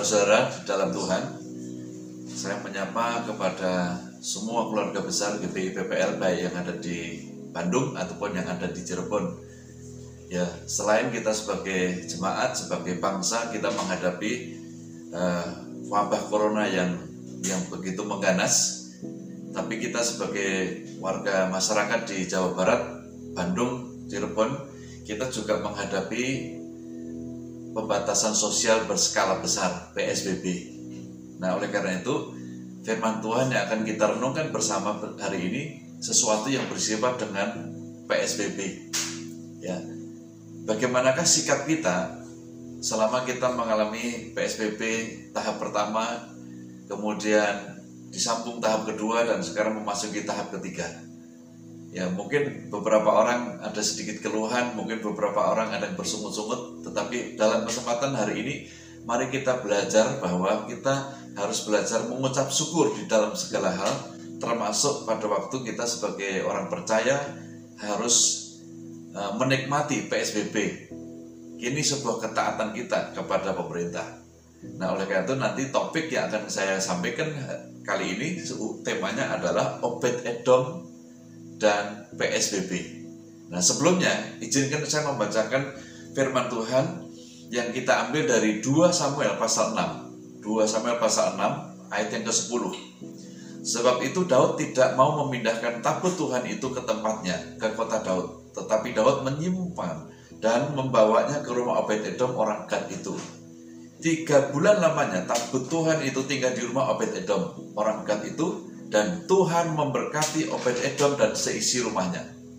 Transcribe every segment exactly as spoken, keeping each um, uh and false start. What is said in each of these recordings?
Saudara-saudara di dalam Tuhan, saya menyapa kepada semua keluarga besar G P I P P L, baik yang ada di Bandung ataupun yang ada di Cirebon. Ya, selain kita sebagai jemaat, sebagai bangsa, kita menghadapi uh, wabah corona yang yang begitu mengganas, tapi kita sebagai warga masyarakat di Jawa Barat, Bandung, Cirebon, kita juga menghadapi pembatasan sosial berskala besar, P S B B. Nah, oleh karena itu, firman Tuhan yang akan kita renungkan bersama hari ini sesuatu yang bersifat dengan P S B B. Ya, bagaimanakah sikap kita selama kita mengalami P S B B tahap pertama, kemudian disambung tahap kedua, dan sekarang memasuki tahap ketiga? Ya, mungkin beberapa orang ada sedikit keluhan, mungkin beberapa orang ada yang bersungut-sungut, tetapi dalam kesempatan hari ini, mari kita belajar bahwa kita harus belajar mengucap syukur di dalam segala hal, termasuk pada waktu kita sebagai orang percaya harus uh, menikmati P S B B. Ini sebuah ketaatan kita kepada pemerintah. Nah, oleh karena itu nanti topik yang akan saya sampaikan kali ini, temanya adalah Obed Edom dan P S B B. Nah, sebelumnya izinkan saya membacakan firman Tuhan yang kita ambil dari dua Samuel pasal enam. dua Samuel pasal enam ayat yang kesepuluh. Sebab itu Daud tidak mau memindahkan tabut Tuhan itu ke tempatnya, ke kota Daud, tetapi Daud menyimpan dan membawanya ke rumah Obed Edom orang Gad itu. Tiga bulan lamanya tabut Tuhan itu tinggal di rumah Obed Edom orang Gad itu, dan Tuhan memberkati Obed Edom dan seisi rumahnya.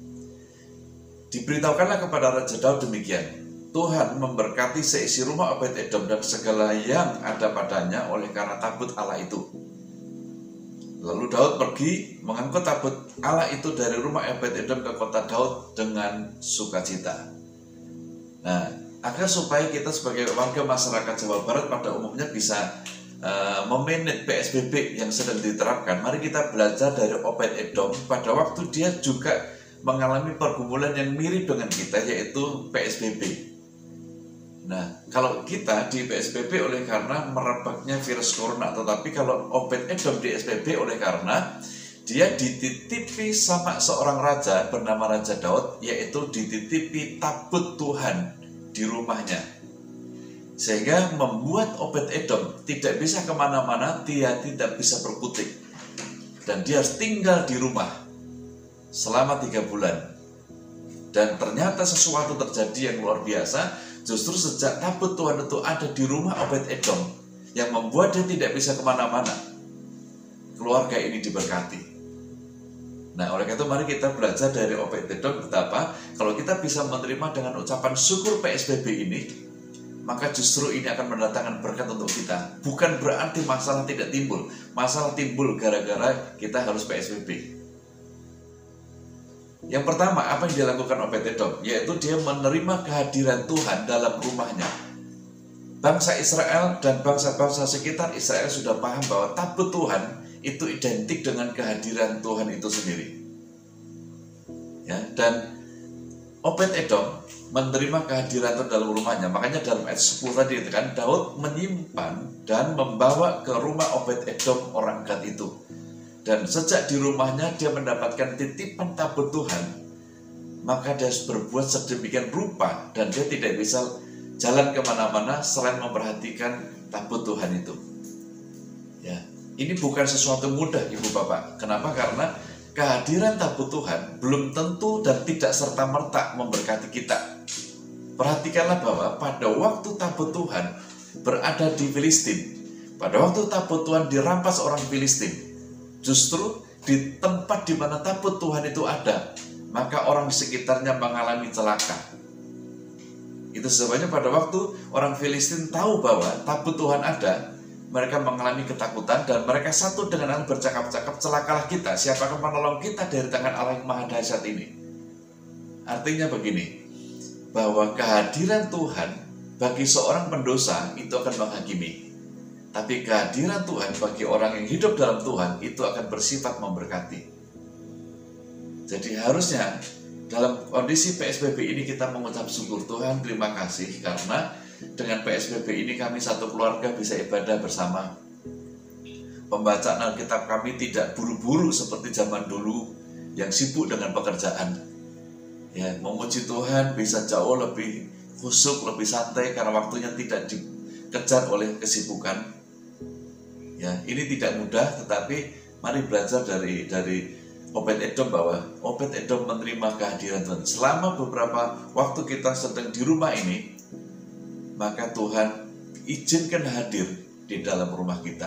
Diberitahukanlah kepada Raja Daud demikian, Tuhan memberkati seisi rumah Obed Edom dan segala yang ada padanya oleh karena tabut Allah itu. Lalu Daud pergi mengangkut tabut Allah itu dari rumah Obed Edom ke kota Daud dengan sukacita. Nah, agar supaya kita sebagai warga masyarakat Jawa Barat pada umumnya bisa Uh, memanage P S B B yang sedang diterapkan, mari kita belajar dari Obed Edom pada waktu dia juga mengalami pergumulan yang mirip dengan kita, yaitu P S B B. Nah, kalau kita di P S B B oleh karena merebaknya virus corona, tetapi kalau Obed Edom di S B B oleh karena dia dititipi sama seorang raja bernama Raja Daud, yaitu dititipi tabut Tuhan di rumahnya, sehingga membuat Obed Edom tidak bisa kemana-mana, dia tidak bisa berkutik, dan dia harus tinggal di rumah selama tiga bulan. Dan ternyata sesuatu terjadi yang luar biasa, justru sejak tabut Tuhan itu ada di rumah Obed Edom, yang membuat dia tidak bisa kemana-mana, keluarga ini diberkati. Nah, oleh karena itu mari kita belajar dari Obed Edom betapa kalau kita bisa menerima dengan ucapan syukur P S B B ini, maka justru ini akan mendatangkan berkat untuk kita. Bukan berarti masalah tidak timbul. Masalah timbul gara-gara kita harus P S B B. Yang pertama, apa yang dilakukan Obed Edom? Yaitu dia menerima kehadiran Tuhan dalam rumahnya. Bangsa Israel dan bangsa-bangsa sekitar Israel sudah paham bahwa tabut Tuhan itu identik dengan kehadiran Tuhan itu sendiri. Ya, dan Obed Edom menerima kehadiran Tuhan dalam rumahnya. Makanya dalam ayat sepuluh tadi itu kan, Daud menyimpan dan membawa ke rumah Obed Edom orang Gad itu. Dan sejak di rumahnya dia mendapatkan titipan tabut Tuhan, maka dia harus berbuat sedemikian rupa, dan dia tidak bisa jalan kemana-mana selain memperhatikan tabut Tuhan itu. Ya, ini bukan sesuatu mudah, Ibu Bapak. Kenapa? Karena kehadiran tabut Tuhan belum tentu dan tidak serta-merta memberkati kita. Perhatikanlah bahwa pada waktu tabut Tuhan berada di Filistin, pada waktu tabut Tuhan dirampas orang Filistin, justru di tempat di mana tabut Tuhan itu ada, maka orang di sekitarnya mengalami celaka. Itu sebabnya pada waktu orang Filistin tahu bahwa tabut Tuhan ada, mereka mengalami ketakutan dan mereka satu dengan Allah bercakap-cakap, celakalah kita, siapa akan menolong kita dari tangan Allah yang maha dahsyat ini. Artinya begini, bahwa kehadiran Tuhan bagi seorang pendosa itu akan menghakimi, tapi kehadiran Tuhan bagi orang yang hidup dalam Tuhan itu akan bersifat memberkati. Jadi harusnya dalam kondisi P S B B ini kita mengucap syukur, Tuhan terima kasih karena dengan P S B B ini kami satu keluarga bisa ibadah bersama. Pembacaan Alkitab kami tidak buru-buru seperti zaman dulu yang sibuk dengan pekerjaan. Ya, memuji Tuhan bisa jauh lebih khusyuk, lebih santai karena waktunya tidak dikejar oleh kesibukan. Ya, ini tidak mudah, tetapi mari belajar dari dari Obed-Edom bahwa Obed-Edom menerima kehadiran Tuhan. Selama beberapa waktu kita sedang di rumah ini, maka Tuhan izinkan hadir di dalam rumah kita.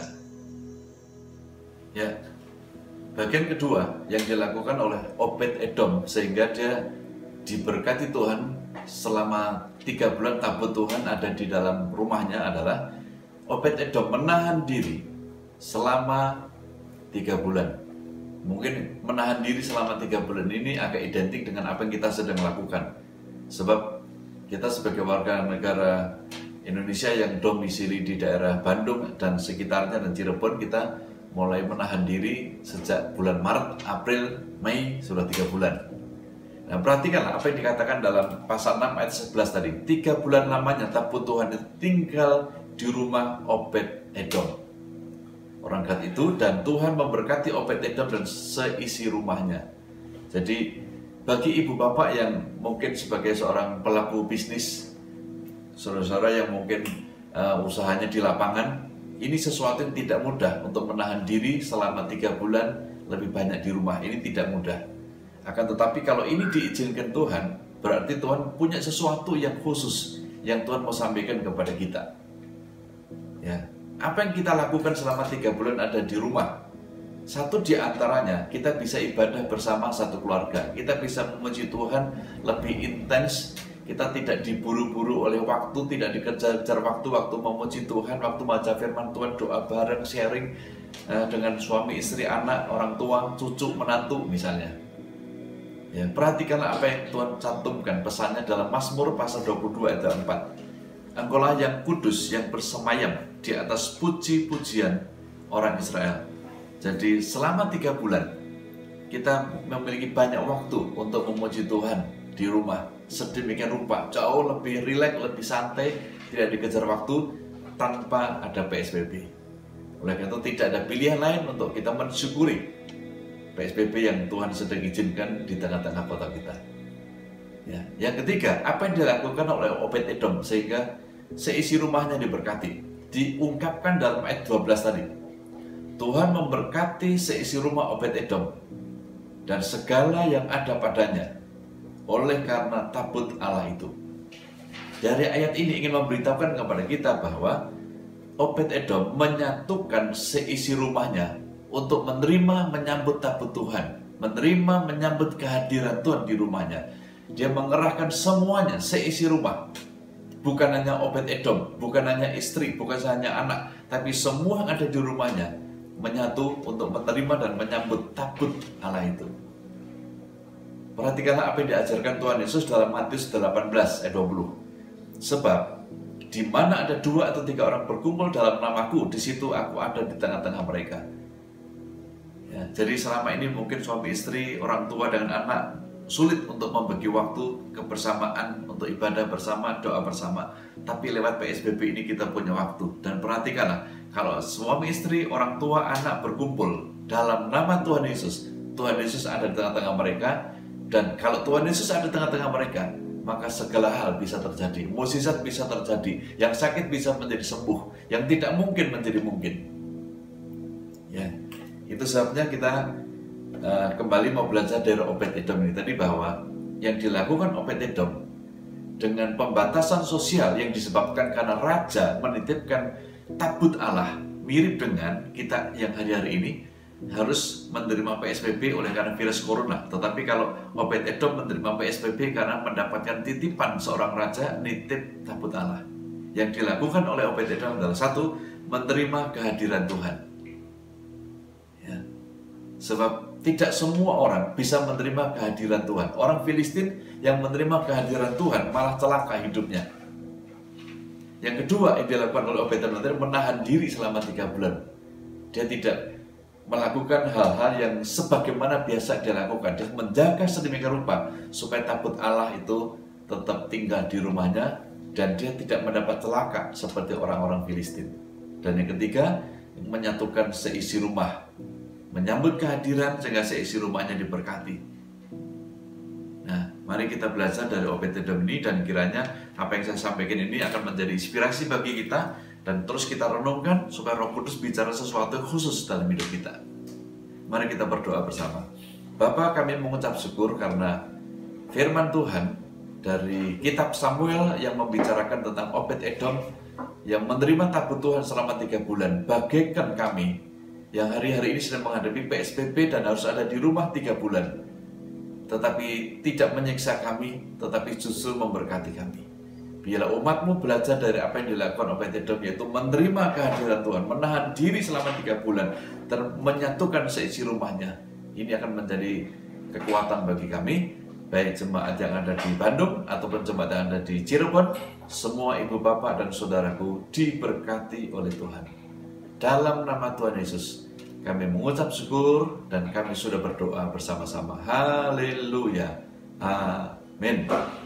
Ya, bagian kedua yang dilakukan oleh Obed-Edom sehingga dia diberkati Tuhan selama tiga bulan tabut Tuhan ada di dalam rumahnya adalah Obed-Edom menahan diri selama tiga bulan. Mungkin menahan diri selama tiga bulan ini agak identik dengan apa yang kita sedang lakukan. Sebab kita sebagai warga negara Indonesia yang domisili di daerah Bandung dan sekitarnya dan Cirebon, kita mulai menahan diri sejak bulan Maret, April, Mei, sudah tiga bulan. Nah, perhatikanlah apa yang dikatakan dalam pasal enam ayat sebelas tadi. Tiga bulan lamanya tabut Tuhan tinggal di rumah Obed-Edom, orang Gad itu, dan Tuhan memberkati Obed-Edom dan seisi rumahnya. Jadi bagi ibu bapak yang mungkin sebagai seorang pelaku bisnis, saudara-saudara yang mungkin uh, usahanya di lapangan, ini sesuatu yang tidak mudah untuk menahan diri selama tiga bulan lebih banyak di rumah. Ini tidak mudah. Akan tetapi kalau ini diizinkan Tuhan, berarti Tuhan punya sesuatu yang khusus yang Tuhan mau sampaikan kepada kita. Ya. Apa yang kita lakukan selama tiga bulan ada di rumah? Satu di antaranya, kita bisa ibadah bersama satu keluarga. Kita bisa memuji Tuhan lebih intens. Kita tidak diburu-buru oleh waktu, tidak dikejar-kejar waktu, waktu memuji Tuhan, waktu baca firman Tuhan, doa bareng, sharing eh, dengan suami, istri, anak, orang tua, cucu, menantu misalnya. Ya, perhatikanlah apa yang Tuhan cantumkan pesannya dalam Mazmur pasal dua puluh dua ayat empat. Engkaulah yang kudus, yang bersemayam di atas puji-pujian orang Israel. Jadi selama tiga bulan kita memiliki banyak waktu untuk memuji Tuhan di rumah. Sedemikian rupa, jauh lebih rileks, lebih santai, tidak dikejar waktu tanpa ada P S B B. Oleh karena itu tidak ada pilihan lain untuk kita mensyukuri P S B B yang Tuhan sedang izinkan di tengah-tengah kota kita. Ya. Yang ketiga, apa yang dilakukan oleh Obed-Edom sehingga seisi rumahnya diberkati, diungkapkan dalam ayat dua belas tadi. Tuhan memberkati seisi rumah Obed-Edom dan segala yang ada padanya oleh karena tabut Allah itu. Dari ayat ini ingin memberitahukan kepada kita bahwa Obed-Edom menyatukan seisi rumahnya untuk menerima menyambut tabut Tuhan, menerima menyambut kehadiran Tuhan di rumahnya. Dia mengerahkan semuanya, seisi rumah. Bukan hanya Obed-Edom, bukan hanya istri, bukan hanya anak, tapi semua yang ada di rumahnya menyatu untuk menerima dan menyambut tabut Allah itu. Perhatikanlah apa yang diajarkan Tuhan Yesus dalam Matius delapan belas ayat dua puluh. Sebab di mana ada dua atau tiga orang berkumpul dalam namaku, di situ aku ada di tengah-tengah mereka. Ya, jadi selama ini mungkin suami istri, orang tua dengan anak sulit untuk membagi waktu kebersamaan untuk ibadah bersama, doa bersama. Tapi lewat P S B B ini kita punya waktu. Dan perhatikanlah, kalau suami istri, orang tua, anak berkumpul dalam nama Tuhan Yesus, Tuhan Yesus ada di tengah-tengah mereka. Dan kalau Tuhan Yesus ada di tengah-tengah mereka, maka segala hal bisa terjadi. Mukjizat bisa terjadi. Yang sakit bisa menjadi sembuh. Yang tidak mungkin menjadi mungkin. Ya, itu sebabnya kita uh, kembali mau belajar dari Obed-Edom ini tadi, bahwa yang dilakukan Obed-Edom dengan pembatasan sosial yang disebabkan karena raja menitipkan tabut Allah, mirip dengan kita yang hari-hari ini harus menerima P S B B oleh karena virus corona. Tetapi kalau Obed-Edom menerima P S B B karena mendapatkan titipan seorang raja nitip tabut Allah. Yang dilakukan oleh Obed-Edom adalah satu, menerima kehadiran Tuhan. Ya. Sebab tidak semua orang bisa menerima kehadiran Tuhan. Orang Filistin yang menerima kehadiran Tuhan malah celaka hidupnya. Yang kedua yang dilakukan oleh Obed-Edom adalah menahan diri selama tiga bulan. Dia tidak melakukan hal-hal yang sebagaimana biasa dia lakukan. Dia menjaga sedemikian rupa supaya tabut Allah itu tetap tinggal di rumahnya dan dia tidak mendapat celaka seperti orang-orang Filistin. Dan yang ketiga, menyatukan seisi rumah, menyambut kehadiran sehingga seisi rumahnya diberkati. Nah, mari kita belajar dari Obed-Edom ini, dan kiranya apa yang saya sampaikan ini akan menjadi inspirasi bagi kita, dan terus kita renungkan supaya Roh Kudus bicara sesuatu yang khusus dalam hidup kita. Mari kita berdoa bersama. Bapa, kami mengucap syukur karena firman Tuhan dari kitab Samuel yang membicarakan tentang Obed-Edom yang menerima tabut Tuhan selama tiga bulan, bagaikan kami yang hari-hari ini sedang menghadapi P S B B dan harus ada di rumah tiga bulan, tetapi tidak menyiksa kami, tetapi justru memberkati kami. Biarlah umat-Mu belajar dari apa yang dilakukan Obed-Edom, yaitu menerima kehadiran Tuhan, menahan diri selama tiga bulan, dan menyatukan seisi rumahnya. Ini akan menjadi kekuatan bagi kami, baik jemaat yang ada di Bandung ataupun jemaat yang ada di Cirebon. Semua ibu bapak dan saudaraku diberkati oleh Tuhan. Dalam nama Tuhan Yesus kami mengucap syukur, dan kami sudah berdoa bersama-sama. Haleluya. Amin.